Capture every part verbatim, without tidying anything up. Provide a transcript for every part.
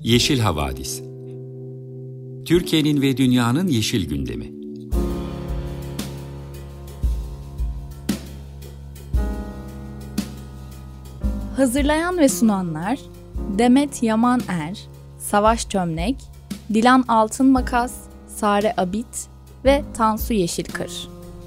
Yeşil Havadis. Türkiye'nin ve dünyanın yeşil gündemi. Hazırlayan ve sunanlar Demet Yaman Er, Savaş Çömlek, Dilan Altınmakas, Sare Abit ve Tansu Yeşilkır.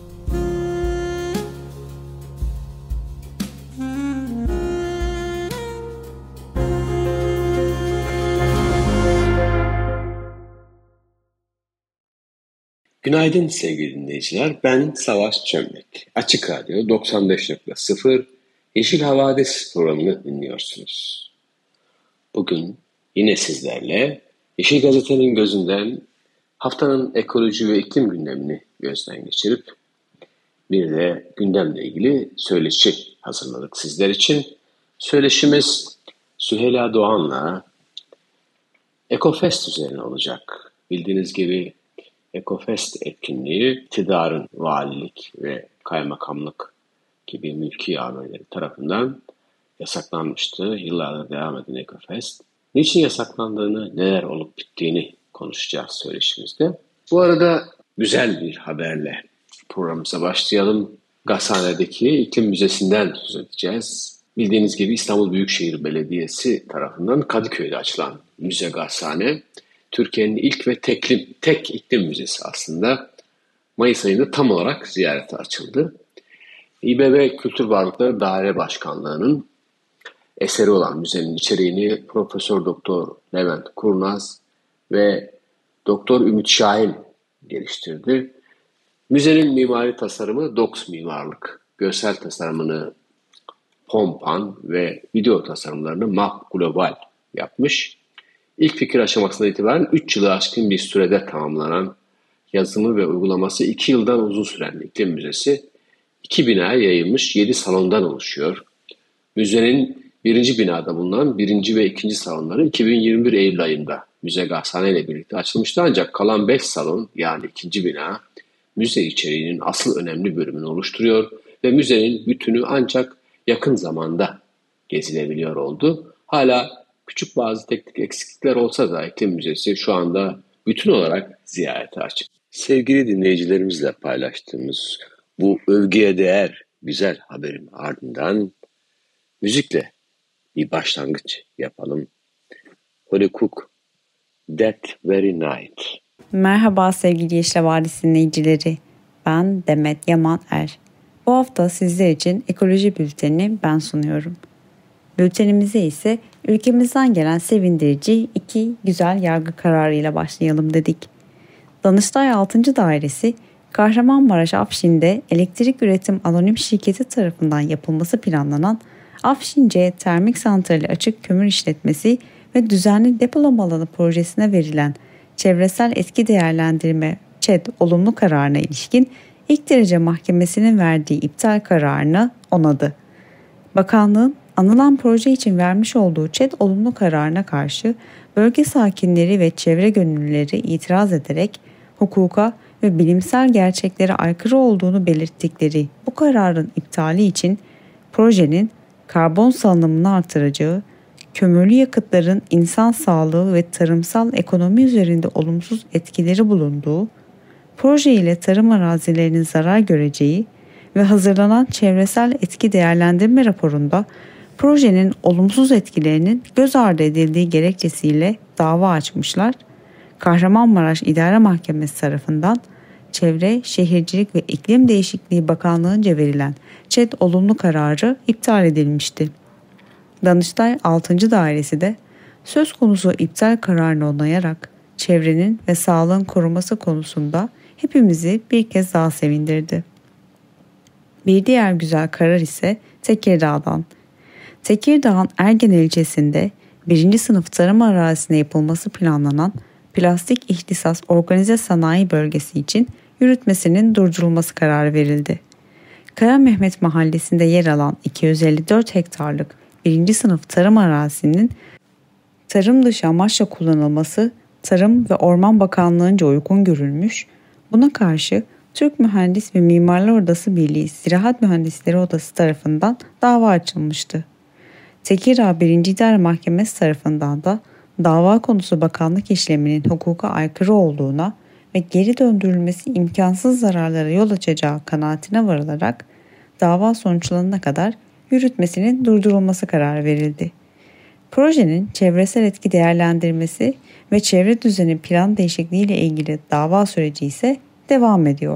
Günaydın sevgili dinleyiciler, ben Savaş Çömlek. Açık Radyo doksan beş nokta sıfır Yeşil Havadis programını dinliyorsunuz. Bugün yine sizlerle Yeşil Gazete'nin gözünden haftanın ekoloji ve iklim gündemini gözden geçirip bir de gündemle ilgili söyleşi hazırladık sizler için. Söyleşimiz Süheyla Doğan'la Ekofest üzerine olacak. Bildiğiniz gibi Ekofest etkinliği iktidarın valilik ve kaymakamlık gibi mülki amirleri tarafından yasaklanmıştı. Yıllardır devam eden Ekofest. Niçin yasaklandığını, neler olup bittiğini konuşacağız söyleşimizde. Bu arada güzel bir haberle programımıza başlayalım. Gazhane'deki İklim Müzesi'nden söz edeceğiz. Bildiğiniz gibi İstanbul Büyükşehir Belediyesi tarafından Kadıköy'de açılan Müze Gazhane, Türkiye'nin ilk ve teklim, tek iklim müzesi aslında. Mayıs ayında tam olarak ziyarete açıldı. İBB Kültür Varlıkları Daire Başkanlığı'nın eseri olan müzenin içeriğini Profesör Doktor Levent Kurnaz ve Doktor Ümit Şahin geliştirdi. Müzenin mimari tasarımı Dox Mimarlık, görsel tasarımını Pompan ve video tasarımlarını Map Global yapmış. İlk fikir aşamasından itibaren üç yılı aşkın bir sürede tamamlanan, yazımı ve uygulaması iki yıldan uzun süren iklim müzesi, iki binaya yayılmış yedi salondan oluşuyor. Müzenin birinci binada bulunan birinci ve ikinci salonları iki bin yirmi bir Eylül ayında Müze Gazhane ile birlikte açılmıştı, ancak kalan beş salon yani ikinci bina müze içeriğinin asıl önemli bölümünü oluşturuyor ve müzenin bütünü ancak yakın zamanda gezilebiliyor oldu. Hala küçük bazı teknik eksiklikler olsa da iklim müzesi şu anda bütün olarak ziyarete açık. Sevgili dinleyicilerimizle paylaştığımız bu övgüye değer güzel haberin ardından müzikle bir başlangıç yapalım. Holly Cook, That Very Night. Merhaba sevgili Yeşil Havadis dinleyicileri. Ben Demet Yaman Er. Bu hafta sizler için ekoloji bültenini ben sunuyorum. Bültenimize ise ülkemizden gelen sevindirici iki güzel yargı kararıyla başlayalım dedik. Danıştay altıncı Dairesi, Kahramanmaraş Afşin'de elektrik üretim anonim şirketi tarafından yapılması planlanan Afşince Termik Santrali Açık Kömür İşletmesi ve Düzenli Depolama Alanı projesine verilen çevresel etki değerlendirme ÇED olumlu kararına ilişkin ilk derece mahkemesinin verdiği iptal kararını onadı. Bakanlığın anılan proje için vermiş olduğu ÇED olumlu kararına karşı bölge sakinleri ve çevre gönüllüleri itiraz ederek hukuka ve bilimsel gerçeklere aykırı olduğunu belirttikleri bu kararın iptali için projenin karbon salınımını artıracağı, kömürlü yakıtların insan sağlığı ve tarımsal ekonomi üzerinde olumsuz etkileri bulunduğu, proje ile tarım arazilerinin zarar göreceği ve hazırlanan çevresel etki değerlendirme raporunda projenin olumsuz etkilerinin göz ardı edildiği gerekçesiyle dava açmışlar. Kahramanmaraş İdare Mahkemesi tarafından Çevre, Şehircilik ve İklim Değişikliği Bakanlığı'nca verilen ÇED olumlu kararı iptal edilmişti. Danıştay altıncı Dairesi de söz konusu iptal kararını onayarak çevrenin ve sağlığın korunması konusunda hepimizi bir kez daha sevindirdi. Bir diğer güzel karar ise Tekirdağ'dan. Tekirdağ'ın Ergen ilçesinde birinci sınıf tarım arazisine yapılması planlanan plastik ihtisas organize sanayi bölgesi için yürütmesinin durdurulması kararı verildi. Karamehmet Mahallesi'nde yer alan iki yüz elli dört hektarlık birinci sınıf tarım arazisinin tarım dışı amaçla kullanılması Tarım ve Orman Bakanlığı'nca uygun görülmüş, buna karşı Türk Mühendis ve Mimarlar Odası Birliği Ziraat Mühendisleri Odası tarafından dava açılmıştı. Tekirdağ birinci İdare Mahkemesi tarafından da dava konusu bakanlık işleminin hukuka aykırı olduğuna ve geri döndürülmesi imkansız zararlara yol açacağı kanaatine varılarak dava sonuçlanana kadar yürütmesinin durdurulması kararı verildi. Projenin çevresel etki değerlendirmesi ve çevre düzeni plan değişikliği ile ilgili dava süreci ise devam ediyor.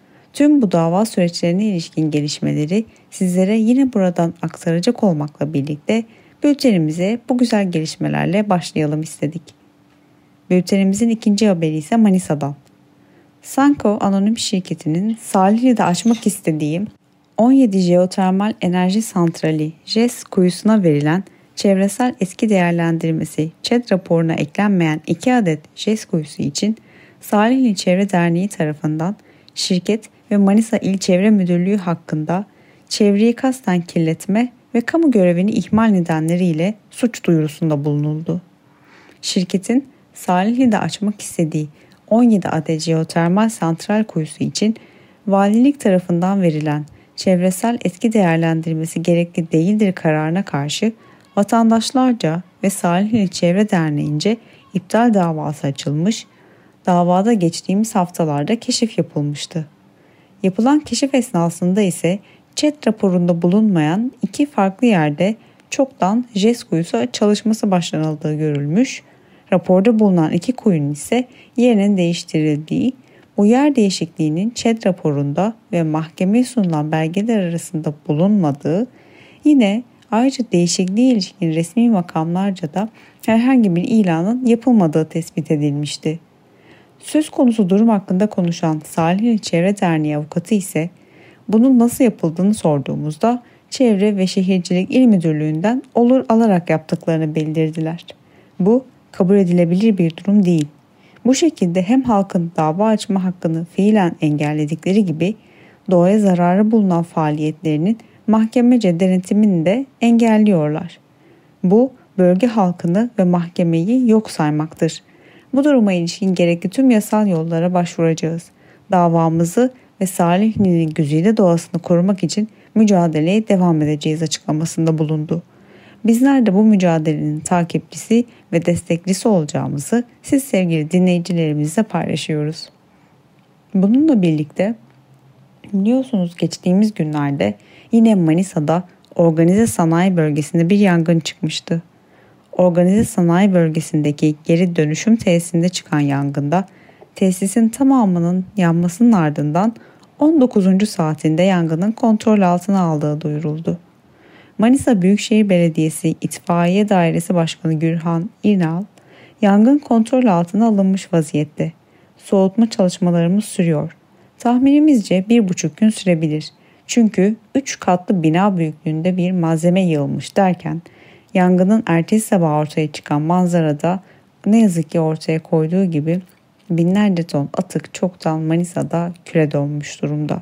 Tüm bu dava süreçlerine ilişkin gelişmeleri sizlere yine buradan aktaracak olmakla birlikte bültenimize bu güzel gelişmelerle başlayalım istedik. Bültenimizin ikinci haberi ise Manisa'dan. Sanko Anonim Şirketi'nin Salihli'de açmak istediği on yedi jeotermal enerji santrali J E S kuyusuna verilen çevresel etki değerlendirmesi ÇED raporuna eklenmeyen iki adet J E S kuyusu için Salihli Çevre Derneği tarafından şirket ve Manisa İl Çevre Müdürlüğü hakkında çevreyi kasten kirletme ve kamu görevini ihmal nedenleriyle suç duyurusunda bulunuldu. Şirketin Salihli'de açmak istediği on yedi adet jeotermal santral kuyusu için valilik tarafından verilen çevresel etki değerlendirmesi gerekli değildir kararına karşı vatandaşlarca ve Salihli Çevre Derneği'nce iptal davası açılmış, davada geçtiğimiz haftalarda keşif yapılmıştı. Yapılan keşif esnasında ise ÇED raporunda bulunmayan iki farklı yerde çoktan J E S kuyusu çalışması başlanıldığı görülmüş, raporda bulunan iki kuyunun ise yerinin değiştirildiği, bu yer değişikliğinin ÇED raporunda ve mahkemeye sunulan belgeler arasında bulunmadığı, yine ayrıca değişikliğe ilişkin resmi makamlarca da herhangi bir ilanın yapılmadığı tespit edilmişti. Söz konusu durum hakkında konuşan Salihli Çevre Derneği avukatı ise bunun nasıl yapıldığını sorduğumuzda Çevre ve Şehircilik İl Müdürlüğü'nden olur alarak yaptıklarını bildirdiler. Bu kabul edilebilir bir durum değil. Bu şekilde hem halkın dava açma hakkını fiilen engelledikleri gibi doğaya zararı bulunan faaliyetlerinin mahkemece denetimini de engelliyorlar. Bu bölge halkını ve mahkemeyi yok saymaktır. Bu duruma ilişkin gerekli tüm yasal yollara başvuracağız. Davamızı ve Salihli'nin güzide doğasını korumak için mücadeleye devam edeceğiz açıklamasında bulundu. Bizler de bu mücadelenin takipçisi ve destekçisi olacağımızı siz sevgili dinleyicilerimizle paylaşıyoruz. Bununla birlikte biliyorsunuz geçtiğimiz günlerde yine Manisa'da organize sanayi bölgesinde bir yangın çıkmıştı. Organize sanayi bölgesindeki geri dönüşüm tesisinde çıkan yangında tesisin tamamının yanmasının ardından on dokuzuncu saatinde yangının kontrol altına aldığı duyuruldu. Manisa Büyükşehir Belediyesi İtfaiye Dairesi Başkanı Gürhan İnal, yangın kontrol altına alınmış vaziyette. Soğutma çalışmalarımız sürüyor. Tahminimizce bir buçuk gün sürebilir. Çünkü üç katlı bina büyüklüğünde bir malzeme yığılmış derken yangının ertesi sabah ortaya çıkan manzarada ne yazık ki ortaya koyduğu gibi binlerce ton atık çoktan Manisa'da küle dönmüş durumda.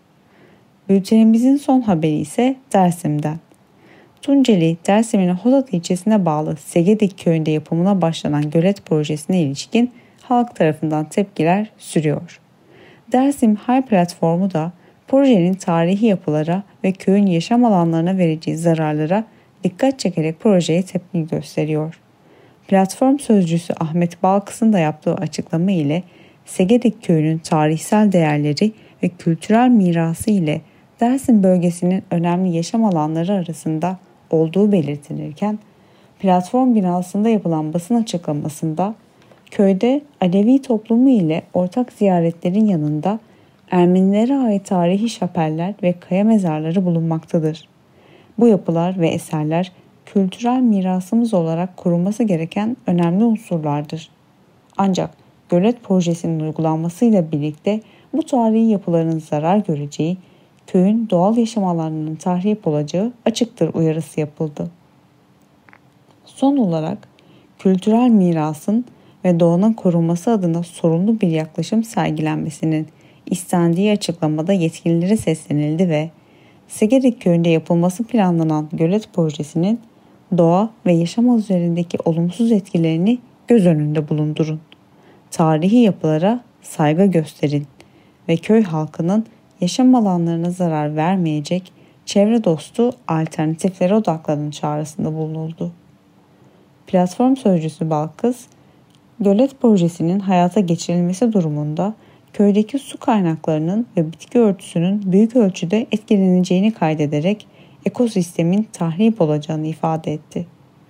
Bültenimizin son haberi ise Dersim'den. Tunceli, Dersim'in Hodat ilçesine bağlı Segedik köyünde yapımına başlanan gölet projesine ilişkin halk tarafından tepkiler sürüyor. Dersim Hal platformu da projenin tarihi yapılara ve köyün yaşam alanlarına vereceği zararlara dikkat çekerek projeye tepki gösteriyor. Platform sözcüsü Ahmet Balkıs'ın da yaptığı açıklama ile Segedik köyünün tarihsel değerleri ve kültürel mirası ile Dersim bölgesinin önemli yaşam alanları arasında olduğu belirtilirken, platform binasında yapılan basın açıklamasında köyde Alevi toplumu ile ortak ziyaretlerin yanında Ermenilere ait tarihi şapeller ve kaya mezarları bulunmaktadır. Bu yapılar ve eserler kültürel mirasımız olarak korunması gereken önemli unsurlardır. Ancak gölet projesinin uygulanmasıyla birlikte bu tarihi yapıların zarar göreceği, köyün doğal yaşam alanlarının tahrip olacağı açıktır uyarısı yapıldı. Son olarak kültürel mirasın ve doğanın korunması adına sorumlu bir yaklaşım sergilenmesinin istendiği açıklamada yetkililere seslenildi ve Segedik köyünde yapılması planlanan gölet projesinin doğa ve yaşam üzerindeki olumsuz etkilerini göz önünde bulundurun. Tarihi yapılara saygı gösterin ve köy halkının yaşam alanlarına zarar vermeyecek çevre dostu alternatiflere odaklanın çağrısında bulunuldu. Platform sözcüsü Balkız, gölet projesinin hayata geçirilmesi durumunda köydeki su kaynaklarının ve bitki örtüsünün büyük ölçüde etkileneceğini kaydederek ekosistemin tahrip olacağını ifade etti.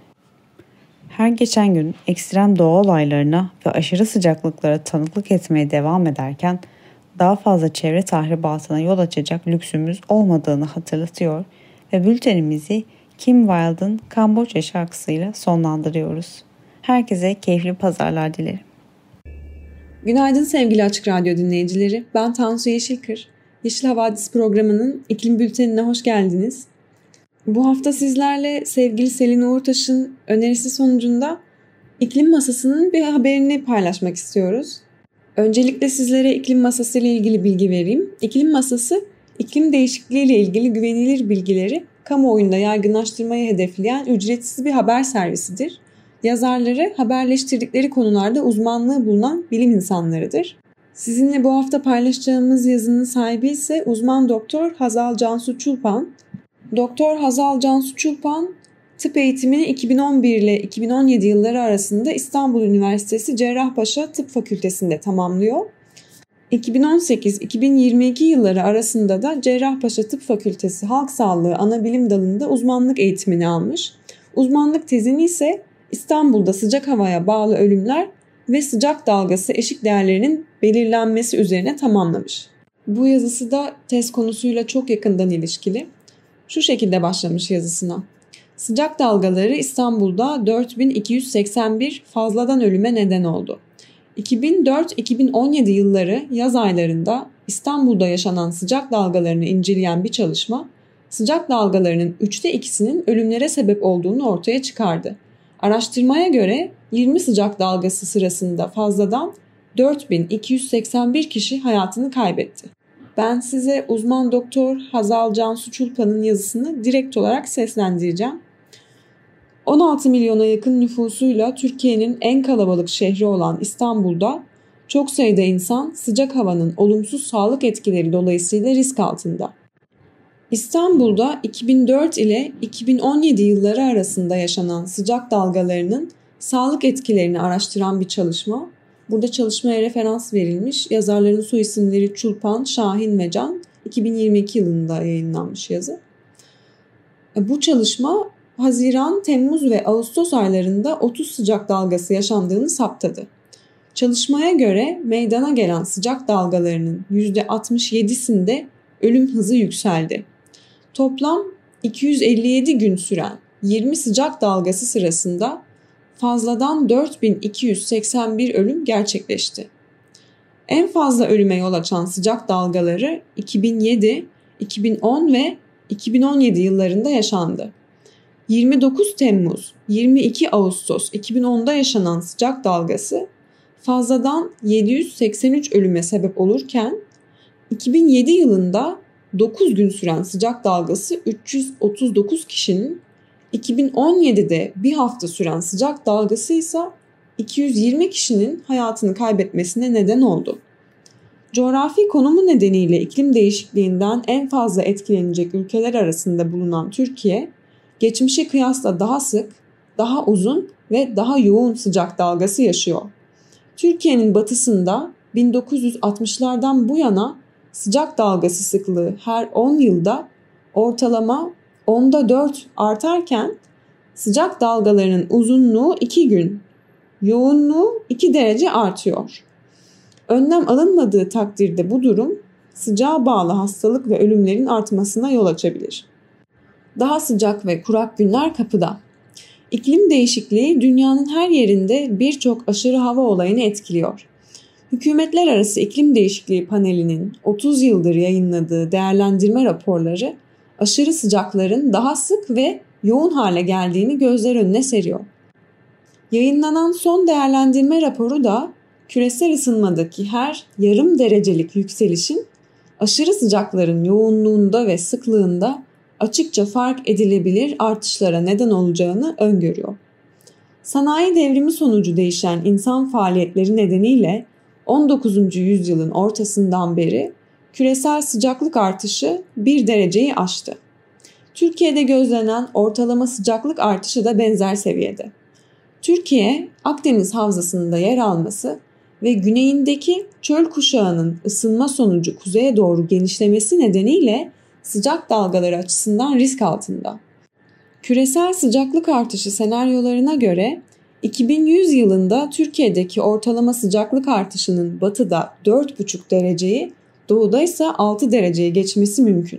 Her geçen gün ekstrem doğa olaylarına ve aşırı sıcaklıklara tanıklık etmeye devam ederken daha fazla çevre tahribatına yol açacak lüksümüz olmadığını hatırlatıyor ve bültenimizi Kim Wilde'ın Kamboçya şarkısıyla sonlandırıyoruz. Herkese keyifli pazarlar dilerim. Günaydın sevgili Açık Radyo dinleyicileri. Ben Tansu Yeşilkır. Yeşil Havadis programının iklim bültenine hoş geldiniz. Bu hafta sizlerle sevgili Selin Uğurtaş'ın önerisi sonucunda iklim masasının bir haberini paylaşmak istiyoruz. Öncelikle sizlere iklim masası ile ilgili bilgi vereyim. İklim masası, iklim değişikliği ile ilgili güvenilir bilgileri kamuoyunda yaygınlaştırmayı hedefleyen ücretsiz bir haber servisidir. Yazarları haberleştirdikleri konularda uzmanlığı bulunan bilim insanlarıdır. Sizinle bu hafta paylaşacağımız yazının sahibi ise uzman doktor Hazal Cansu Çulpan. Doktor Hazal Cansu Çulpan, tıp eğitimini iki bin on bir ile iki bin on yedi yılları arasında İstanbul Üniversitesi Cerrahpaşa Tıp Fakültesi'nde tamamlıyor. iki bin on sekiz iki bin yirmi iki yılları arasında da Cerrahpaşa Tıp Fakültesi Halk Sağlığı Anabilim Dalı'nda uzmanlık eğitimini almış. Uzmanlık tezini ise İstanbul'da sıcak havaya bağlı ölümler ve sıcak dalgası eşik değerlerinin belirlenmesi üzerine tamamlamış. Bu yazısı da tez konusuyla çok yakından ilişkili. Şu şekilde başlamış yazısına. Sıcak dalgaları İstanbul'da dört bin iki yüz seksen bir fazladan ölüme neden oldu. iki bin dört iki bin on yedi yılları yaz aylarında İstanbul'da yaşanan sıcak dalgalarını inceleyen bir çalışma, sıcak dalgalarının üçte ikisinin ölümlere sebep olduğunu ortaya çıkardı. Araştırmaya göre yirmi sıcak dalgası sırasında fazladan dört bin iki yüz seksen bir kişi hayatını kaybetti. Ben size uzman doktor Hazal Cansu Çulpan'ın yazısını direkt olarak seslendireceğim. on altı milyona yakın nüfusuyla Türkiye'nin en kalabalık şehri olan İstanbul'da çok sayıda insan sıcak havanın olumsuz sağlık etkileri dolayısıyla risk altında. İstanbul'da iki bin dört ile iki bin on yedi yılları arasında yaşanan sıcak dalgalarının sağlık etkilerini araştıran bir çalışma. Burada çalışmaya referans verilmiş. Yazarların soy isimleri Çulpan, Şahin ve Can. iki bin yirmi iki yılında yayınlanmış yazı. Bu çalışma Haziran, Temmuz ve Ağustos aylarında otuz sıcak dalgası yaşandığını saptadı. Çalışmaya göre meydana gelen sıcak dalgalarının yüzde altmış yedisinde ölüm hızı yükseldi. Toplam iki yüz elli yedi gün süren yirmi sıcak dalgası sırasında fazladan dört bin iki yüz seksen bir ölüm gerçekleşti. En fazla ölüme yol açan sıcak dalgaları iki bin yedi, iki bin on ve iki bin on yedi yıllarında yaşandı. yirmi dokuz Temmuz, yirmi iki Ağustos iki bin onda yaşanan sıcak dalgası fazladan yedi yüz seksen üç ölüme sebep olurken iki bin yedi yılında dokuz gün süren sıcak dalgası üç yüz otuz dokuz kişinin, iki bin on yedide bir hafta süren sıcak dalgası ise iki yüz yirmi kişinin hayatını kaybetmesine neden oldu. Coğrafi konumu nedeniyle iklim değişikliğinden en fazla etkilenecek ülkeler arasında bulunan Türkiye, geçmişe kıyasla daha sık, daha uzun ve daha yoğun sıcak dalgası yaşıyor. Türkiye'nin batısında bin dokuz yüz altmışlardan bu yana sıcak dalgası sıklığı her on yılda ortalama onda dört artarken sıcak dalgalarının uzunluğu iki gün, yoğunluğu iki derece artıyor. Önlem alınmadığı takdirde bu durum sıcağa bağlı hastalık ve ölümlerin artmasına yol açabilir. Daha sıcak ve kurak günler kapıda. İklim değişikliği dünyanın her yerinde birçok aşırı hava olayını etkiliyor. Hükümetler Arası İklim Değişikliği Paneli'nin otuz yıldır yayınladığı değerlendirme raporları aşırı sıcakların daha sık ve yoğun hale geldiğini gözler önüne seriyor. Yayınlanan son değerlendirme raporu da küresel ısınmadaki her yarım derecelik yükselişin aşırı sıcakların yoğunluğunda ve sıklığında açıkça fark edilebilir artışlara neden olacağını öngörüyor. Sanayi devrimi sonucu değişen insan faaliyetleri nedeniyle on dokuzuncu yüzyılın ortasından beri küresel sıcaklık artışı bir dereceyi aştı. Türkiye'de gözlenen ortalama sıcaklık artışı da benzer seviyede. Türkiye, Akdeniz Havzası'nda yer alması ve güneyindeki çöl kuşağının ısınma sonucu kuzeye doğru genişlemesi nedeniyle sıcak dalgaları açısından risk altında. Küresel sıcaklık artışı senaryolarına göre iki bin yüz yılında Türkiye'deki ortalama sıcaklık artışının batıda dört buçuk dereceyi, doğuda ise altı dereceye geçmesi mümkün.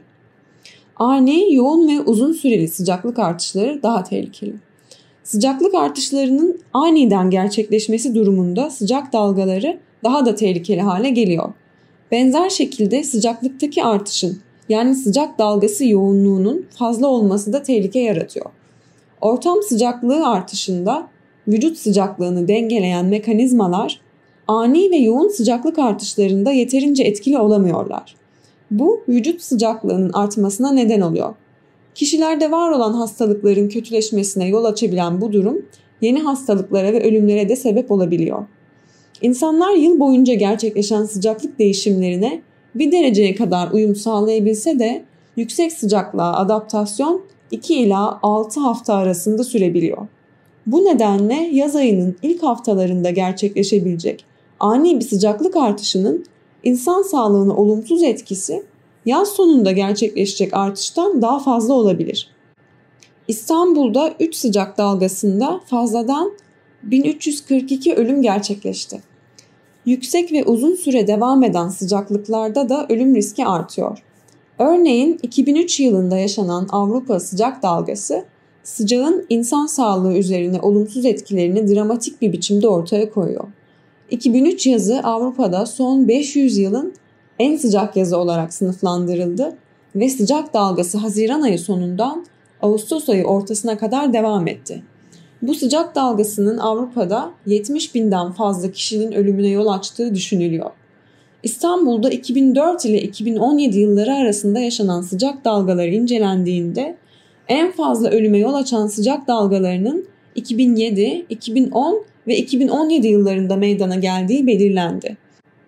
Ani, yoğun ve uzun süreli sıcaklık artışları daha tehlikeli. Sıcaklık artışlarının aniden gerçekleşmesi durumunda sıcak dalgaları daha da tehlikeli hale geliyor. Benzer şekilde sıcaklıktaki artışın, yani sıcak dalgası yoğunluğunun fazla olması da tehlike yaratıyor. Ortam sıcaklığı artışında vücut sıcaklığını dengeleyen mekanizmalar ani ve yoğun sıcaklık artışlarında yeterince etkili olamıyorlar. Bu vücut sıcaklığının artmasına neden oluyor. Kişilerde var olan hastalıkların kötüleşmesine yol açabilen bu durum yeni hastalıklara ve ölümlere de sebep olabiliyor. İnsanlar yıl boyunca gerçekleşen sıcaklık değişimlerine bir dereceye kadar uyum sağlayabilse de yüksek sıcaklığa adaptasyon iki ila altı hafta arasında sürebiliyor. Bu nedenle yaz ayının ilk haftalarında gerçekleşebilecek ani bir sıcaklık artışının insan sağlığına olumsuz etkisi yaz sonunda gerçekleşecek artıştan daha fazla olabilir. İstanbul'da üç sıcak dalgasında fazladan bin üç yüz kırk iki ölüm gerçekleşti. Yüksek ve uzun süre devam eden sıcaklıklarda da ölüm riski artıyor. Örneğin iki bin üç yılında yaşanan Avrupa sıcak dalgası, sıcağın insan sağlığı üzerine olumsuz etkilerini dramatik bir biçimde ortaya koyuyor. iki bin üç yazı Avrupa'da son beş yüz yılın en sıcak yazı olarak sınıflandırıldı ve sıcak dalgası Haziran ayı sonundan Ağustos ayı ortasına kadar devam etti. Bu sıcak dalgasının Avrupa'da yetmiş binden fazla kişinin ölümüne yol açtığı düşünülüyor. İstanbul'da iki bin dört ile iki bin on yedi yılları arasında yaşanan sıcak dalgaları incelendiğinde en fazla ölüme yol açan sıcak dalgalarının iki bin yedi, iki bin on ve iki bin on yedi yıllarında meydana geldiği belirlendi.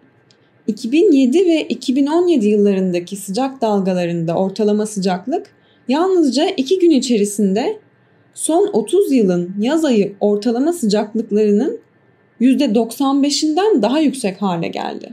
iki bin yedi ve iki bin on yedi yıllarındaki sıcak dalgalarında ortalama sıcaklık yalnızca iki gün içerisinde son otuz yılın yaz ayı ortalama sıcaklıklarının yüzde doksan beşinden daha yüksek hale geldi.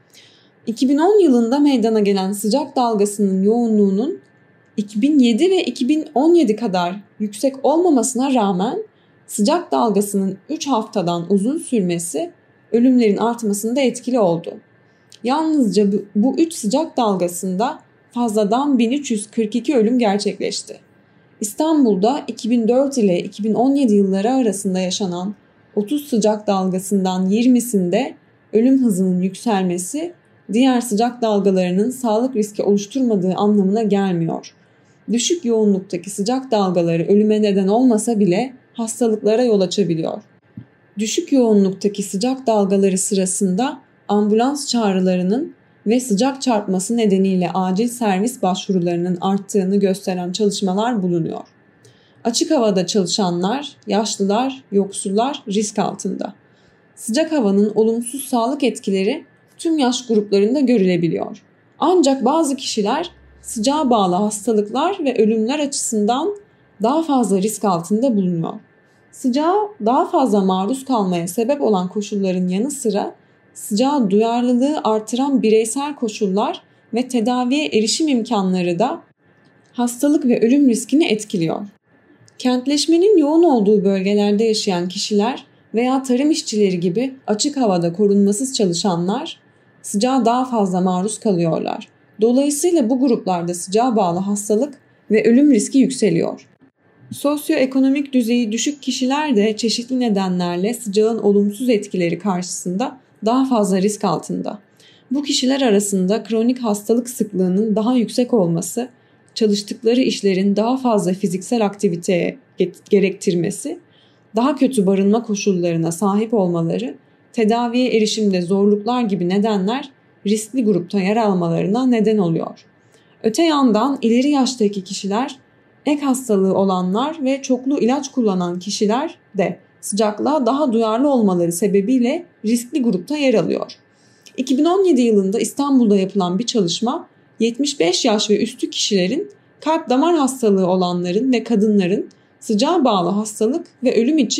iki bin on yılında meydana gelen sıcak dalgasının yoğunluğunun iki bin yedi ve iki bin on yedi kadar yüksek olmamasına rağmen sıcak dalgasının üç haftadan uzun sürmesi ölümlerin artmasında etkili oldu. Yalnızca bu üç sıcak dalgasında fazladan bin üç yüz kırk iki ölüm gerçekleşti. İstanbul'da iki bin dört ile iki bin on yedi yılları arasında yaşanan otuz sıcak dalgasından yirmisinde ölüm hızının yükselmesi diğer sıcak dalgalarının sağlık riski oluşturmadığı anlamına gelmiyor. Düşük yoğunluktaki sıcak dalgaları ölüme neden olmasa bile hastalıklara yol açabiliyor. Düşük yoğunluktaki sıcak dalgaları sırasında ambulans çağrılarının ve sıcak çarpması nedeniyle acil servis başvurularının arttığını gösteren çalışmalar bulunuyor. Açık havada çalışanlar, yaşlılar, yoksullar risk altında. Sıcak havanın olumsuz sağlık etkileri tüm yaş gruplarında görülebiliyor. Ancak bazı kişiler sıcağa bağlı hastalıklar ve ölümler açısından daha fazla risk altında bulunuyor. Sıcağa daha fazla maruz kalmaya sebep olan koşulların yanı sıra sıcağa duyarlılığı artıran bireysel koşullar ve tedaviye erişim imkanları da hastalık ve ölüm riskini etkiliyor. Kentleşmenin yoğun olduğu bölgelerde yaşayan kişiler veya tarım işçileri gibi açık havada korunmasız çalışanlar sıcağa daha fazla maruz kalıyorlar. Dolayısıyla bu gruplarda sıcağa bağlı hastalık ve ölüm riski yükseliyor. Sosyoekonomik düzeyi düşük kişiler de çeşitli nedenlerle sıcağın olumsuz etkileri karşısında daha fazla risk altında. Bu kişiler arasında kronik hastalık sıklığının daha yüksek olması, çalıştıkları işlerin daha fazla fiziksel aktiviteye gerektirmesi, daha kötü barınma koşullarına sahip olmaları, tedaviye erişimde zorluklar gibi nedenler riskli grupta yer almalarına neden oluyor. Öte yandan ileri yaştaki kişiler, ek hastalığı olanlar ve çoklu ilaç kullanan kişiler de sıcaklığa daha duyarlı olmaları sebebiyle riskli grupta yer alıyor. iki bin on yedi yılında İstanbul'da yapılan bir çalışma, yetmiş beş yaş ve üstü kişilerin, kalp damar hastalığı olanların ve kadınların sıcağa bağlı hastalık ve ölüm için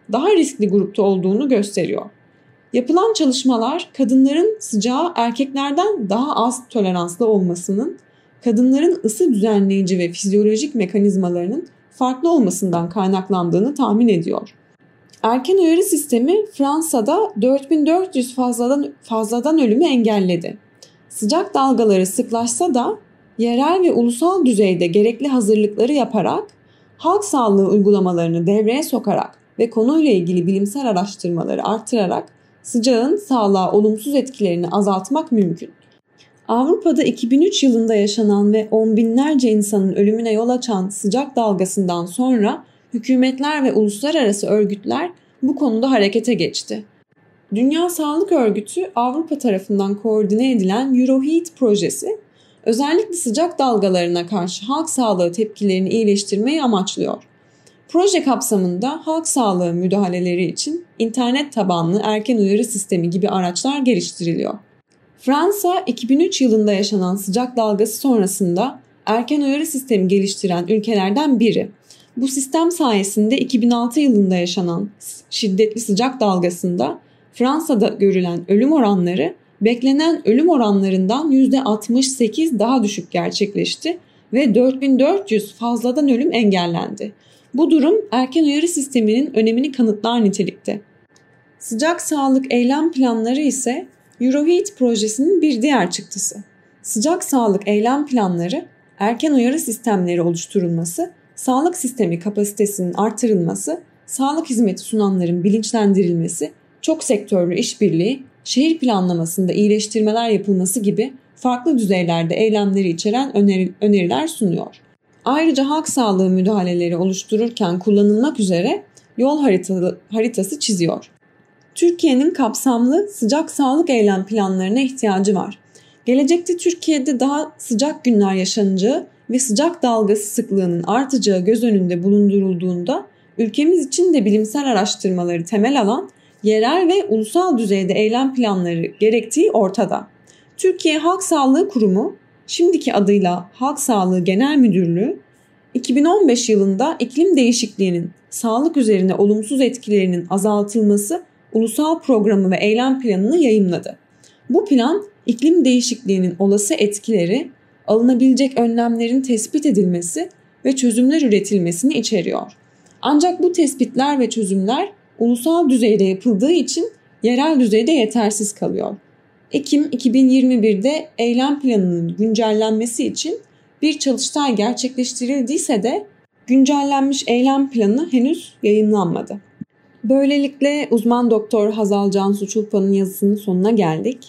daha riskli grupta olduğunu gösteriyor. Yapılan çalışmalar kadınların sıcağa erkeklerden daha az toleranslı olmasının, kadınların ısı düzenleyici ve fizyolojik mekanizmalarının farklı olmasından kaynaklandığını tahmin ediyor. Erken uyarı sistemi Fransa'da dört bin dört yüz fazladan, fazladan ölümü engelledi. Sıcak dalgaları sıklaşsa da yerel ve ulusal düzeyde gerekli hazırlıkları yaparak, halk sağlığı uygulamalarını devreye sokarak ve konuyla ilgili bilimsel araştırmaları artırarak sıcağın sağlığa olumsuz etkilerini azaltmak mümkün. Avrupa'da iki bin üç yılında yaşanan ve on binlerce insanın ölümüne yol açan sıcak dalgasından sonra hükümetler ve uluslararası örgütler bu konuda harekete geçti. Dünya Sağlık Örgütü Avrupa tarafından koordine edilen Euroheat projesi, özellikle sıcak dalgalarına karşı halk sağlığı tepkilerini iyileştirmeyi amaçlıyor. Proje kapsamında halk sağlığı müdahaleleri için internet tabanlı erken uyarı sistemi gibi araçlar geliştiriliyor. Fransa, iki bin üç yılında yaşanan sıcak dalgası sonrasında erken uyarı sistemi geliştiren ülkelerden biri. Bu sistem sayesinde iki bin altı yılında yaşanan şiddetli sıcak dalgasında Fransa'da görülen ölüm oranları beklenen ölüm oranlarından yüzde altmış sekiz daha düşük gerçekleşti ve dört bin dört yüz fazladan ölüm engellendi. Bu durum erken uyarı sisteminin önemini kanıtlar nitelikte. Sıcak sağlık eylem planları ise Euroheat projesinin bir diğer çıktısı. Sıcak sağlık eylem planları, erken uyarı sistemleri oluşturulması, sağlık sistemi kapasitesinin artırılması, sağlık hizmeti sunanların bilinçlendirilmesi, çok sektörlü işbirliği, şehir planlamasında iyileştirmeler yapılması gibi farklı düzeylerde eylemleri içeren öneri, öneriler sunuyor. Ayrıca halk sağlığı müdahaleleri oluştururken kullanılmak üzere yol haritası, haritası çiziyor. Türkiye'nin kapsamlı sıcak sağlık eylem planlarına ihtiyacı var. Gelecekte Türkiye'de daha sıcak günler yaşanacağı ve sıcak dalgası sıklığının artacağı göz önünde bulundurulduğunda ülkemiz için de bilimsel araştırmaları temel alan yerel ve ulusal düzeyde eylem planları gerektiği ortada. Türkiye Halk Sağlığı Kurumu, şimdiki adıyla Halk Sağlığı Genel Müdürlüğü, iki bin on beş yılında iklim değişikliğinin sağlık üzerine olumsuz etkilerinin azaltılması ulusal programı ve eylem planını yayımladı. Bu plan iklim değişikliğinin olası etkileri, alınabilecek önlemlerin tespit edilmesi ve çözümler üretilmesini içeriyor. Ancak bu tespitler ve çözümler ulusal düzeyde yapıldığı için yerel düzeyde yetersiz kalıyor. Ekim iki bin yirmi birde eylem planının güncellenmesi için bir çalıştay gerçekleştirildiyse de güncellenmiş eylem planı henüz yayınlanmadı. Böylelikle uzman doktor Hazal Cansu Çulpa'nın yazısının sonuna geldik.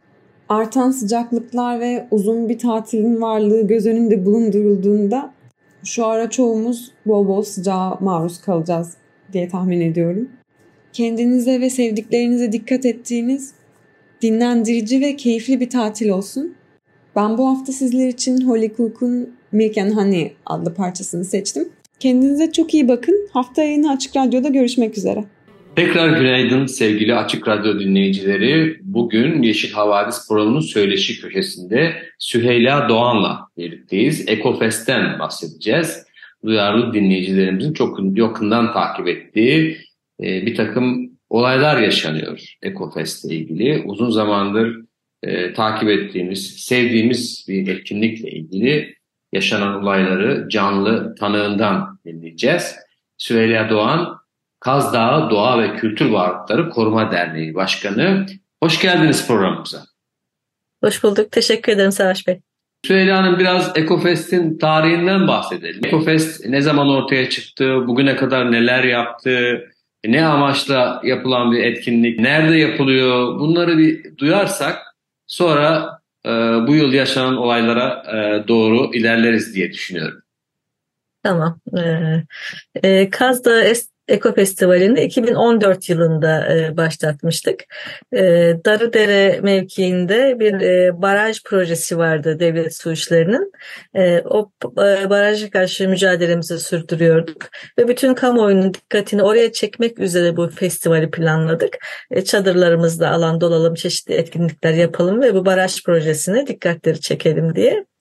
Artan sıcaklıklar ve uzun bir tatilin varlığı göz önünde bulundurulduğunda şu ara çoğumuz bol bol sıcağa maruz kalacağız diye tahmin ediyorum. Kendinize ve sevdiklerinize dikkat ettiğiniz dinlendirici ve keyifli bir tatil olsun. Ben bu hafta sizler için Holly Cook'un Milk and Honey adlı parçasını seçtim. Kendinize çok iyi bakın. Hafta yayını Açık Radyo'da görüşmek üzere. Tekrar günaydın sevgili Açık Radyo dinleyicileri. Bugün Yeşil Havadis programının söyleşi köşesinde Süheyla Doğan'la birlikteyiz. Ekofest'ten bahsedeceğiz. Duyarlı dinleyicilerimizin çok yakından takip ettiği bir takım olaylar yaşanıyor Ekofest'le ilgili. Uzun zamandır e, takip ettiğimiz, sevdiğimiz bir etkinlikle ilgili yaşanan olayları canlı tanığından dinleyeceğiz. Süheyla Doğan, Kaz Dağı Doğa ve Kültür Varlıkları Koruma Derneği Başkanı. Hoş geldiniz programımıza. Hoş bulduk. Teşekkür ederim Savaş Bey. Süheyla Hanım, biraz Ekofest'in tarihinden bahsedelim. Ekofest ne zaman ortaya çıktı, bugüne kadar neler yaptı, ne amaçla yapılan bir etkinlik, nerede yapılıyor, bunları bir duyarsak sonra e, bu yıl yaşanan olaylara e, doğru ilerleriz diye düşünüyorum. Tamam. Ee, e, Kaz Dağı es- Eko Festivali'ni iki bin on dört yılında e, başlatmıştık. E, Darıdere mevkiinde bir e, baraj projesi vardı devlet su işlerinin. E, o e, baraja karşı mücadelemizi sürdürüyorduk ve bütün kamuoyunun dikkatini oraya çekmek üzere bu festivali planladık. E, çadırlarımızda alan dolalım, çeşitli etkinlikler yapalım ve bu baraj projesine dikkatleri çekelim diye.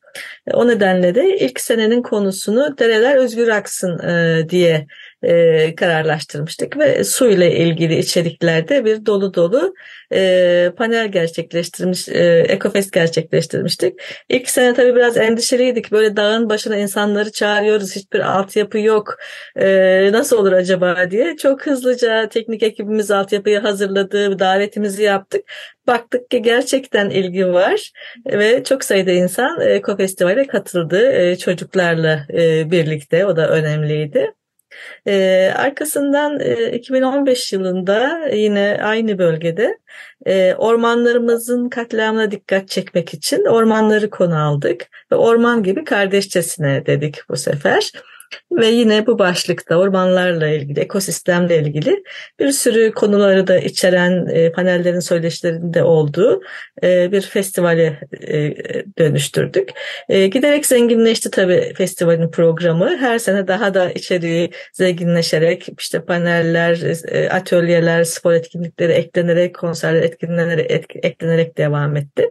O nedenle de ilk senenin konusunu Dereler Özgür Aksın e, diye e, kararlaştırmıştık ve su ile ilgili içeriklerde bir dolu dolu e, panel gerçekleştirmiş, e, Ekofest gerçekleştirmiştik. İlk sene tabii biraz endişeliydik. Böyle dağın başına insanları çağırıyoruz, hiçbir altyapı yok. E, nasıl olur acaba diye. Çok hızlıca teknik ekibimiz altyapıyı hazırladı, davetimizi yaptık. Baktık ki gerçekten ilgi var ve çok sayıda insan Eko Festival'e katıldı e, çocuklarla e, birlikte. O da önemliydi. Ee, arkasından e, iki bin on beş yılında yine aynı bölgede e, ormanlarımızın katliamına dikkat çekmek için ormanları konu aldık ve orman gibi kardeşçesine dedik bu sefer. Ve yine bu başlıkta ormanlarla ilgili, ekosistemle ilgili bir sürü konuları da içeren e, panellerin söyleşilerinde olduğu e, bir festivale e, dönüştürdük. E, giderek zenginleşti tabii festivalin programı. Her sene daha da içeriği zenginleşerek, işte paneller, e, atölyeler, spor etkinlikleri eklenerek, konserler etkinlenerek, et, eklenerek devam etti.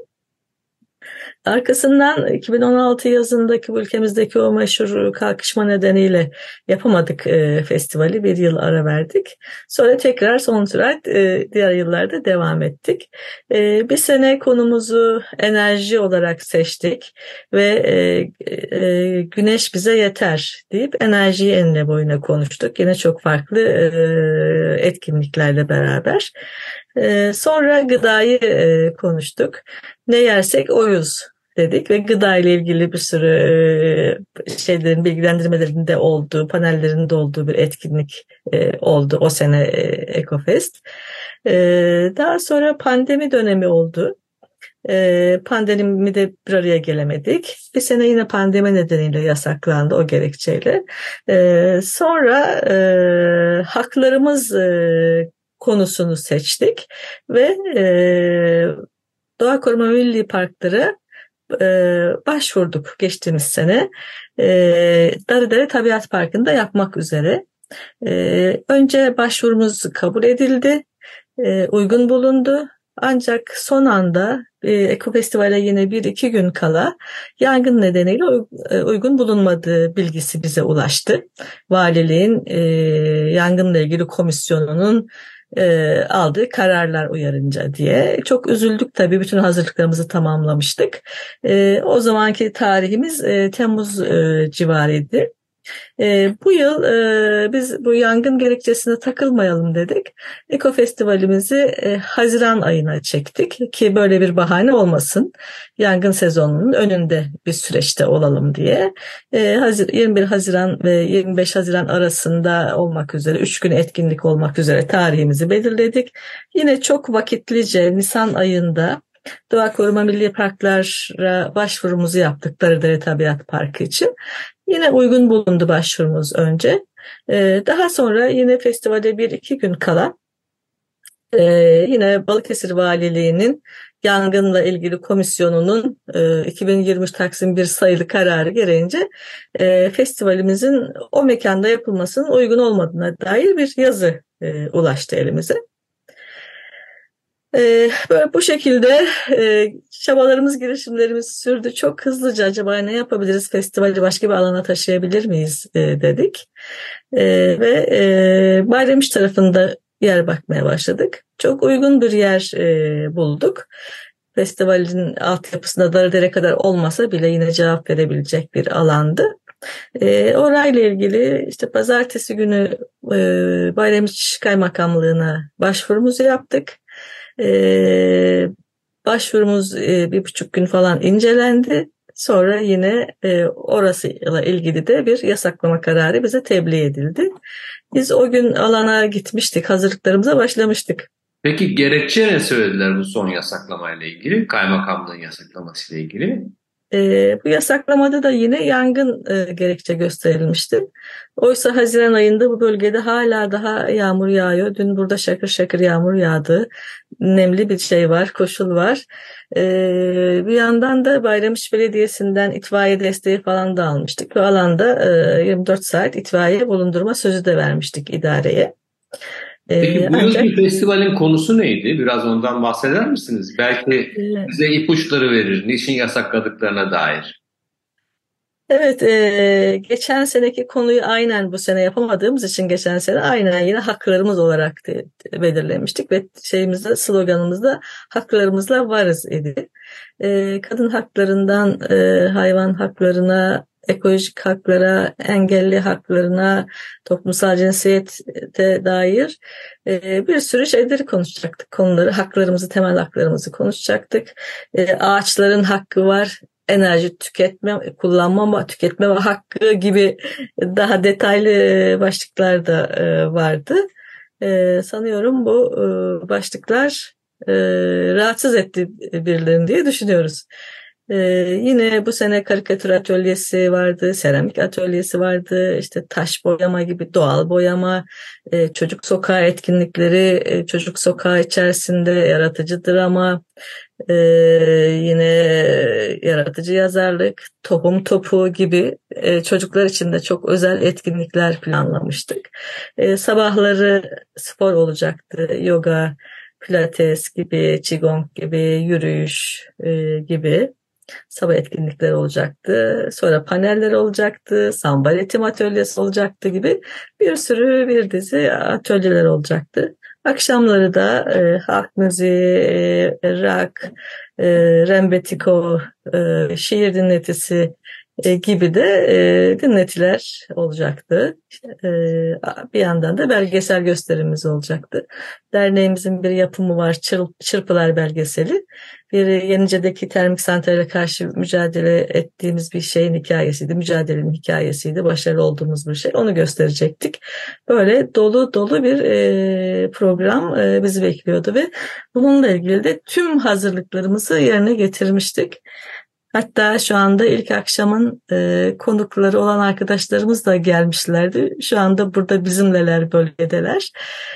Arkasından iki bin on altı yazındaki bu ülkemizdeki o meşhur kalkışma nedeniyle yapamadık e, festivali. Bir yıl ara verdik. Sonra tekrar son sürat e, diğer yıllarda devam ettik. E, bir sene konumuzu enerji olarak seçtik ve e, e, güneş bize yeter deyip enerjiyi enine boyuna konuştuk. Yine çok farklı e, etkinliklerle beraber. E, sonra gıdayı e, konuştuk. Ne yersek oyuz dedik ve gıda ile ilgili bir sürü e, şeylerin bilgilendirmelerinde olduğu, panellerinde olduğu bir etkinlik e, oldu o sene e, Ekofest. E, daha sonra pandemi dönemi oldu. E, pandemide bir araya gelemedik. Bir sene yine pandemi nedeniyle yasaklandı o gerekçeyle. E, sonra e, haklarımız e, konusunu seçtik ve e, Doğa Koruma Milli Parkları e, başvurduk geçtiğimiz sene. E, Darıdere Tabiat Parkı'nda yapmak üzere. E, önce başvurumuz kabul edildi, e, uygun bulundu. Ancak son anda e, Eko Festival'e yine bir iki gün kala yangın nedeniyle uygun bulunmadığı bilgisi bize ulaştı. Valiliğin e, yangınla ilgili komisyonunun E, aldığı kararlar uyarınca diye. Çok üzüldük tabii, bütün hazırlıklarımızı tamamlamıştık. E, o zamanki tarihimiz e, Temmuz e, civarıydı. E, bu yıl e, biz bu yangın gerekçesine takılmayalım dedik. Eko Festivalimizi e, Haziran ayına çektik ki böyle bir bahane olmasın. Yangın sezonunun önünde bir süreçte olalım diye. E, yirmi bir Haziran ve yirmi beş Haziran arasında olmak üzere, üç gün etkinlik olmak üzere tarihimizi belirledik. Yine çok vakitlice Nisan ayında Doğa Koruma Milli Parklar'a başvurumuzu yaptık Darıdere Tabiat Parkı için. Yine uygun bulundu başvurumuz önce. Ee, daha sonra yine festivale bir iki gün kala e, yine Balıkesir Valiliği'nin yangınla ilgili komisyonunun e, iki bin yirmi üç Taksim bir sayılı kararı gereğince e, festivalimizin o mekanda yapılmasının uygun olmadığına dair bir yazı e, ulaştı elimize. Ee, böyle bu şekilde e, çabalarımız, girişimlerimiz sürdü. Çok hızlıca acaba ne yapabiliriz, festivali başka bir alana taşıyabilir miyiz e, dedik. E, ve e, Bayramiş tarafında yer bakmaya başladık. Çok uygun bir yer e, bulduk. Festivalin altyapısında Darıdere kadar olmasa bile yine cevap verebilecek bir alandı. E, orayla ilgili işte pazartesi günü e, Bayramiş Kaymakamlığı'na başvurumuzu yaptık. Ee, başvurumuz e, bir buçuk gün falan incelendi. Sonra yine e, orasıyla ilgili de bir yasaklama kararı bize tebliğ edildi. Biz o gün alana gitmiştik, hazırlıklarımıza başlamıştık. Peki gerekçe ne söylediler bu son yasaklamayla ilgili, kaymakamlığın yasaklamasıyla ilgili? E, bu yasaklamada da yine yangın e, gerekçe gösterilmişti. Oysa Haziran ayında bu bölgede hala daha yağmur yağıyor. Dün burada şakır şakır yağmur yağdı. Nemli bir şey var, koşul var. E, bir yandan da Bayramış Belediyesi'nden itfaiye desteği falan da almıştık. Bu alanda e, yirmi dört saat itfaiye bulundurma sözü de vermiştik idareye. Peki bu ancak, yılki festivalin konusu neydi? Biraz ondan bahseder misiniz? Belki bize ipuçları verir, niçin yasakladıklarına dair. Evet, e, geçen seneki konuyu aynen bu sene yapamadığımız için geçen sene aynen yine haklarımız olarak de, de belirlemiştik ve şeyimizde, sloganımızda haklarımızla varız idi. E, kadın haklarından e, hayvan haklarına, ekolojik haklara, engelli haklarına, toplumsal cinsiyete dair e, bir sürü şeyleri konuşacaktık. Konuları, haklarımızı, temel haklarımızı konuşacaktık. E, ağaçların hakkı var. Enerji tüketme, kullanma, tüketme hakkı gibi daha detaylı başlıklar da vardı. Sanıyorum bu başlıklar rahatsız etti birilerini diye düşünüyoruz. Yine bu sene karikatür atölyesi vardı, seramik atölyesi vardı, işte taş boyama gibi doğal boyama, çocuk sokağı etkinlikleri, çocuk sokağı içerisinde yaratıcı drama, Ee, yine yaratıcı yazarlık, tohum topu gibi e, çocuklar için de çok özel etkinlikler planlamıştık. E, sabahları spor olacaktı, yoga, pilates gibi, qigong gibi, yürüyüş e, gibi sabah etkinlikleri olacaktı. Sonra paneller olacaktı, samba ritim atölyesi olacaktı gibi bir sürü bir dizi atölyeler olacaktı. Akşamları da e, halk müziği, e, rock, e, rembetiko, e, şiir dinletisi e, gibi de e, dinletiler olacaktı. İşte, e, bir yandan da belgesel gösterimiz olacaktı. Derneğimizin bir yapımı var, Çır, Çırpılar belgeseli. Bir Yenice'deki termik santrale karşı mücadele ettiğimiz bir şeyin hikayesiydi, mücadelenin hikayesiydi, başarılı olduğumuz bir şey. Onu gösterecektik. Böyle dolu dolu bir e, program e, bizi bekliyordu ve bununla ilgili de tüm hazırlıklarımızı yerine getirmiştik. Hatta şu anda ilk akşamın e, konukları olan arkadaşlarımız da gelmişlerdi. Şu anda burada bizimleler, bölgedeler.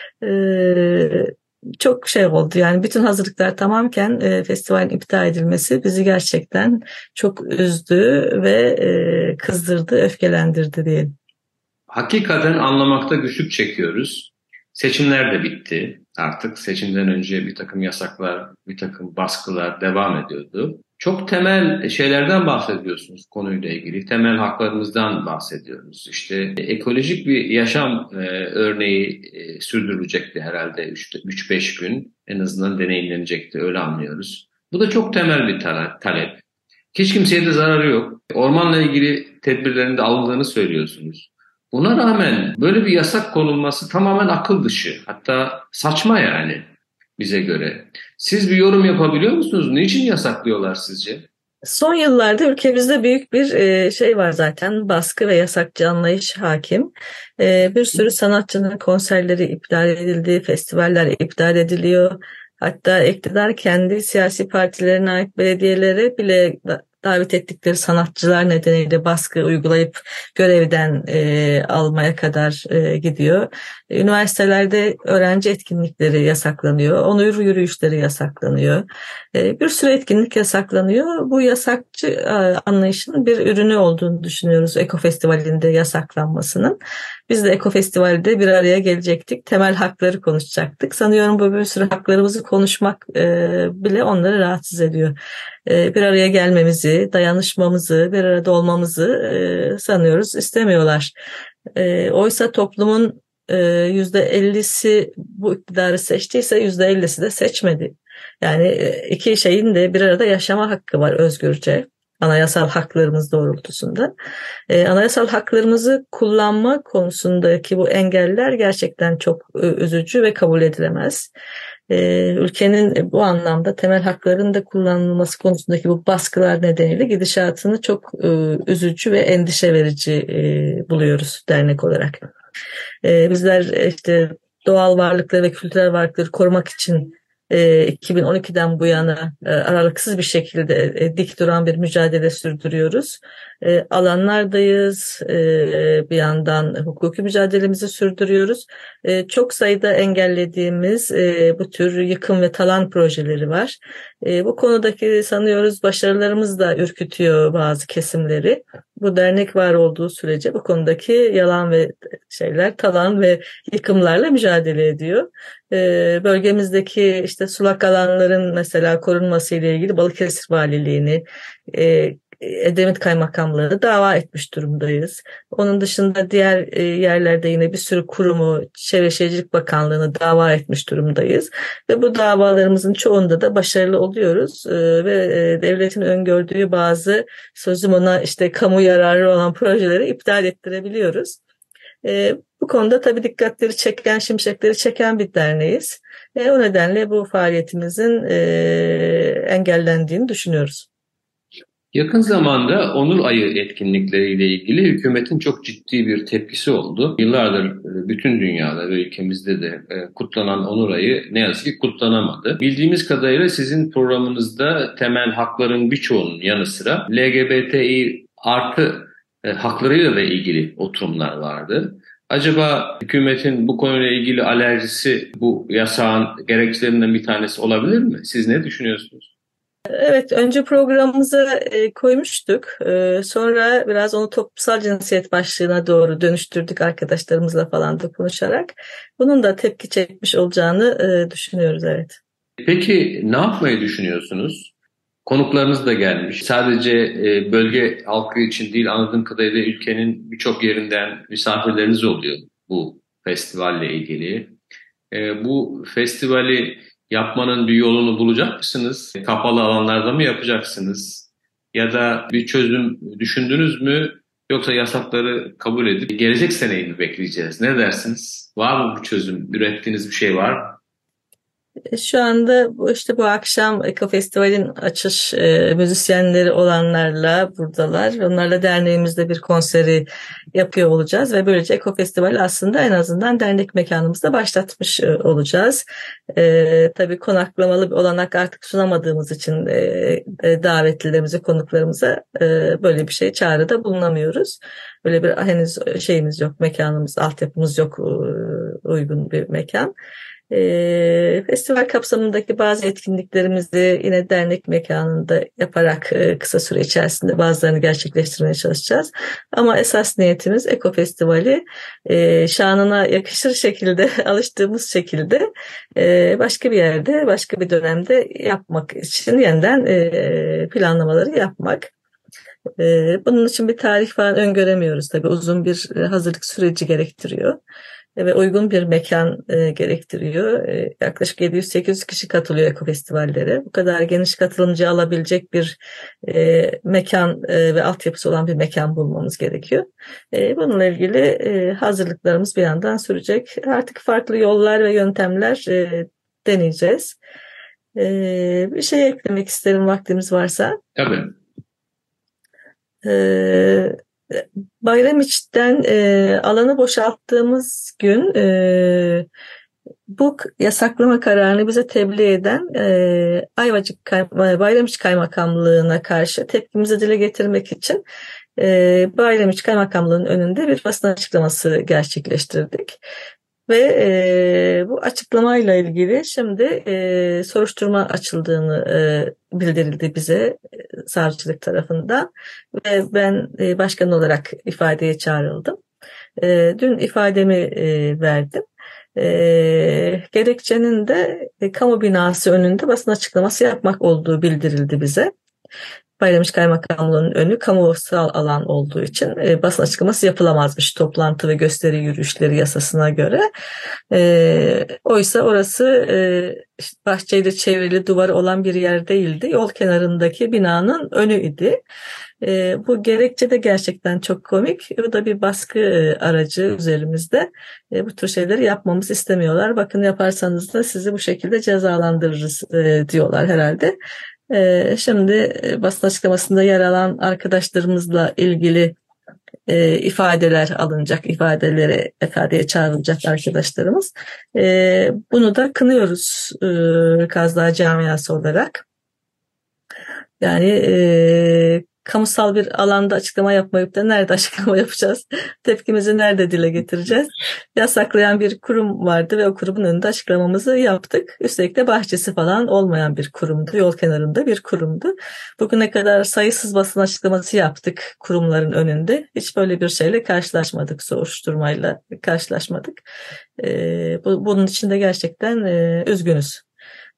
E, çok şey oldu yani bütün hazırlıklar tamamken e, festivalin iptal edilmesi bizi gerçekten çok üzdü ve e, kızdırdı, öfkelendirdi diyelim. Hakikaten anlamakta güçlük çekiyoruz. Seçimler de bitti artık. Seçimden önce bir takım yasaklar, bir takım baskılar devam ediyordu. Çok temel şeylerden bahsediyorsunuz konuyla ilgili. Temel haklarımızdan bahsediyoruz. İşte ekolojik bir yaşam e, örneği e, sürdürülecekti herhalde üç beş gün. En azından deneyimlenecekti, öyle anlıyoruz. Bu da çok temel bir talep. Hiç kimseye de zararı yok. Ormanla ilgili tedbirlerin de alındığını söylüyorsunuz. Buna rağmen böyle bir yasak konulması tamamen akıl dışı. Hatta saçma yani bize göre. Siz bir yorum yapabiliyor musunuz? Niçin yasaklıyorlar sizce? Son yıllarda ülkemizde büyük bir şey var zaten, baskı ve yasakçı anlayış hakim. Bir sürü sanatçının konserleri iptal edildi, festivaller iptal ediliyor. Hatta iktidar kendi siyasi partilerine ait belediyelere bile davet ettikleri sanatçılar nedeniyle baskı uygulayıp görevden e, almaya kadar e, gidiyor. Üniversitelerde öğrenci etkinlikleri yasaklanıyor. Onur yürüyüşleri yasaklanıyor. E, bir sürü etkinlik yasaklanıyor. Bu yasakçı e, anlayışının bir ürünü olduğunu düşünüyoruz Eko Festivali'nde yasaklanmasının. Biz de Eko Festival'de bir araya gelecektik. Temel hakları konuşacaktık. Sanıyorum bu bir sürü haklarımızı konuşmak e, bile onları rahatsız ediyor. E, bir araya gelmemizi, dayanışmamızı, bir arada olmamızı e, sanıyoruz istemiyorlar. E, oysa toplumun e, yüzde ellisi bu iktidarı seçtiyse yüzde ellisi de seçmedi. Yani e, iki şeyin de bir arada yaşama hakkı var özgürce. Anayasal haklarımız doğrultusunda. Ee, anayasal haklarımızı kullanma konusundaki bu engeller gerçekten çok e, üzücü ve kabul edilemez. Ee, ülkenin bu anlamda temel hakların da kullanılması konusundaki bu baskılar nedeniyle gidişatını çok e, üzücü ve endişe verici e, buluyoruz dernek olarak. Ee, bizler işte doğal varlıkları ve kültürel varlıkları korumak için iki bin on ikiden bu yana aralıksız bir şekilde dik duran bir mücadele sürdürüyoruz. Alanlardayız, bir yandan hukuki mücadelemizi sürdürüyoruz. Çok sayıda engellediğimiz bu tür yıkım ve talan projeleri var. Bu konudaki sanıyoruz başarılarımız da ürkütüyor bazı kesimleri. Bu dernek var olduğu sürece bu konudaki yalan ve şeyler, talan ve yıkımlarla mücadele ediyor. Bölgemizdeki işte sulak alanların mesela korunması ile ilgili Balıkesir Valiliğini, Edremit Kaymakamlığı dava etmiş durumdayız. Onun dışında diğer e, yerlerde yine bir sürü kurumu, Çevre Şehircilik Bakanlığı'nı dava etmiş durumdayız. Ve bu davalarımızın çoğunda da başarılı oluyoruz. E, ve e, devletin öngördüğü bazı sözüm ona işte kamu yararı olan projeleri iptal ettirebiliyoruz. E, bu konuda tabii dikkatleri çeken, şimşekleri çeken bir derneğiz. E, o nedenle bu faaliyetimizin e, engellendiğini düşünüyoruz. Yakın zamanda Onur Ayı etkinlikleriyle ilgili hükümetin çok ciddi bir tepkisi oldu. Yıllardır bütün dünyada ve ülkemizde de kutlanan Onur Ayı ne yazık ki kutlanamadı. Bildiğimiz kadarıyla sizin programınızda temel hakların birçoğunun yanı sıra L G B T İ artı haklarıyla da ilgili oturumlar vardı. Acaba hükümetin bu konuyla ilgili alerjisi bu yasağın gerekçelerinden bir tanesi olabilir mi? Siz ne düşünüyorsunuz? Evet, önce programımıza e, koymuştuk. E, sonra biraz onu toplumsal cinsiyet başlığına doğru dönüştürdük arkadaşlarımızla falan da konuşarak. Bunun da tepki çekmiş olacağını e, düşünüyoruz, evet. Peki ne yapmayı düşünüyorsunuz? Konuklarınız da gelmiş. Sadece e, bölge halkı için değil, anladığım kadarıyla ülkenin birçok yerinden misafirleriniz oluyor bu festivalle ilgili. E, bu festivali yapmanın bir yolunu bulacak mısınız? Kapalı alanlarda mı yapacaksınız? Ya da bir çözüm düşündünüz mü? Yoksa yasakları kabul edip gelecek seneyi mi bekleyeceğiz? Ne dersiniz? Var mı bu çözüm? Ürettiğiniz bir şey var mı? Şu anda işte bu akşam Eko Festival'in açış e, müzisyenleri olanlarla buradalar. Onlarla derneğimizde bir konseri yapıyor olacağız ve böylece Eko Festival'i aslında en azından dernek mekanımızda başlatmış e, olacağız. E, tabii konaklamalı bir olanak artık sunamadığımız için e, e, davetlilerimize, konuklarımıza e, böyle bir şey çağrıda bulunamıyoruz. Böyle bir henüz şeyimiz yok, mekanımız, altyapımız yok, e, uygun bir mekan. E, festival kapsamındaki bazı etkinliklerimizi yine dernek mekanında yaparak e, kısa süre içerisinde bazılarını gerçekleştirmeye çalışacağız. Ama esas niyetimiz Eko Festivali e, şanına yakışır şekilde, alıştığımız şekilde e, başka bir yerde, başka bir dönemde yapmak için yeniden e, planlamaları yapmak. E, bunun için bir tarih falan öngöremiyoruz tabii. Uzun bir hazırlık süreci gerektiriyor ve uygun bir mekan e, gerektiriyor. E, yaklaşık yedi yüz sekiz yüz kişi katılıyor Eko Festivallere. Bu kadar geniş katılımcı alabilecek bir e, mekan e, ve altyapısı olan bir mekan bulmamız gerekiyor. E, bununla ilgili e, hazırlıklarımız bir yandan sürecek. Artık farklı yollar ve yöntemler e, deneyeceğiz. E, bir şey eklemek isterim vaktimiz varsa. Tabii. Ee, Bayramiç'ten e, alanı boşalttığımız gün e, bu yasaklama kararını bize tebliğ eden e, Ayvacık Kay- Bayramiç Kaymakamlığı'na karşı tepkimizi dile getirmek için e, Bayramiç Kaymakamlığı'nın önünde bir basın açıklaması gerçekleştirdik. Ve e, bu açıklamayla ilgili şimdi e, soruşturma açıldığını e, bildirildi bize e, savcılık tarafından ve ben e, başkan olarak ifadeye çağrıldım. E, dün ifademi e, verdim. E, gerekçenin de e, kamu binası önünde basın açıklaması yapmak olduğu bildirildi bize. Bayramiç Kaymakamlığı'nın önü kamusal alan olduğu için e, basın açıklaması yapılamazmış toplantı ve gösteri yürüyüşleri yasasına göre. E, oysa orası e, işte bahçeyle çevrili duvarı olan bir yer değildi. Yol kenarındaki binanın önü idi. E, bu gerekçe de gerçekten çok komik. Bu da bir baskı e, aracı üzerimizde. E, bu tür şeyleri yapmamızı istemiyorlar. Bakın yaparsanız da sizi bu şekilde cezalandırırız e, diyorlar herhalde. Şimdi basın açıklamasında yer alan arkadaşlarımızla ilgili e, ifadeler alınacak, ifadelere, ifadeye çağrılacak arkadaşlarımız. E, bunu da kınıyoruz e, Kaz Dağı camiası olarak. Yani e, kamusal bir alanda açıklama yapmayıp da nerede açıklama yapacağız? Tepkimizi nerede dile getireceğiz? Yasaklayan bir kurum vardı ve o kurumun önünde açıklamamızı yaptık. Üstelik de bahçesi falan olmayan bir kurumdu. Yol kenarında bir kurumdu. Bugüne kadar sayısız basın açıklaması yaptık kurumların önünde. Hiç böyle bir şeyle karşılaşmadık. Soruşturmayla karşılaşmadık. Ee, bu, bunun için de gerçekten e, üzgünüz.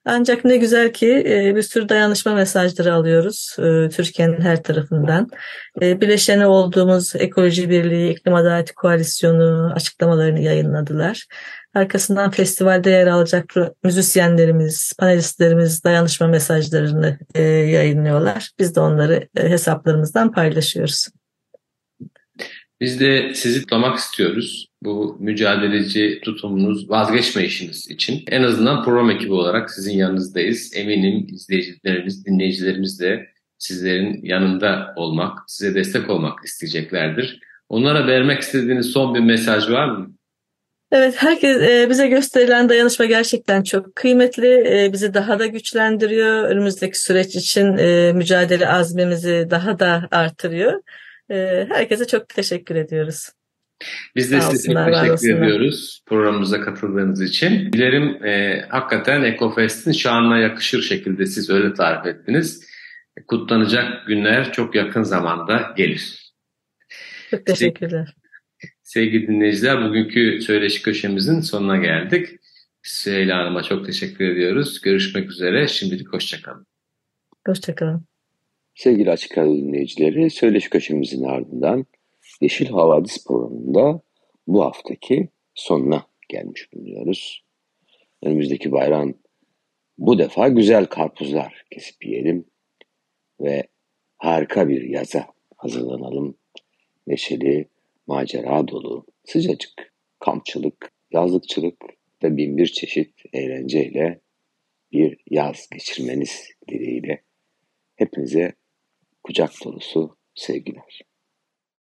Ancak ne güzel ki bir sürü dayanışma mesajları alıyoruz Türkiye'nin her tarafından. Bileşeni olduğumuz Ekoloji Birliği, İklim Adaleti Koalisyonu açıklamalarını yayınladılar. Arkasından festivalde yer alacak müzisyenlerimiz, panelistlerimiz dayanışma mesajlarını yayınlıyorlar. Biz de onları hesaplarımızdan paylaşıyoruz. Biz de sizi kutlamak istiyoruz. Bu mücadeleci tutumunuz, vazgeçmeyişiniz için. En azından program ekibi olarak sizin yanınızdayız. Eminim izleyicilerimiz, dinleyicilerimiz de sizlerin yanında olmak, size destek olmak isteyeceklerdir. Onlara vermek istediğiniz son bir mesaj var mı? Evet, herkes e, bize gösterilen dayanışma gerçekten çok kıymetli. E, bizi daha da güçlendiriyor. Önümüzdeki süreç için e, mücadele azmimizi daha da artırıyor. E, herkese çok teşekkür ediyoruz. Biz de Sağ size çok olsunlar, var teşekkür olsunlar. ediyoruz programımıza katıldığınız için. Dilerim e, hakikaten EcoFest'in şanına yakışır şekilde siz öyle tarif ettiniz. Kutlanacak günler çok yakın zamanda gelir. Çok teşekkürler. Sevgili dinleyiciler, bugünkü söyleşi köşemizin sonuna geldik. Süheyla Hanım'a çok teşekkür ediyoruz. Görüşmek üzere. Şimdilik hoşçakalın. Hoşçakalın. Sevgili Açık Radyo dinleyicileri, söyleşi köşemizin ardından Yeşil Havadis programında bu haftaki sonuna gelmiş bulunuyoruz. Önümüzdeki bayram bu defa güzel karpuzlar kesip yiyelim ve harika bir yaza hazırlanalım. Neşeli, macera dolu, sıcacık, kampçılık, yazlıkçılık ve bin bir çeşit eğlenceyle bir yaz geçirmeniz dileğiyle hepinize kucak dolusu sevgiler.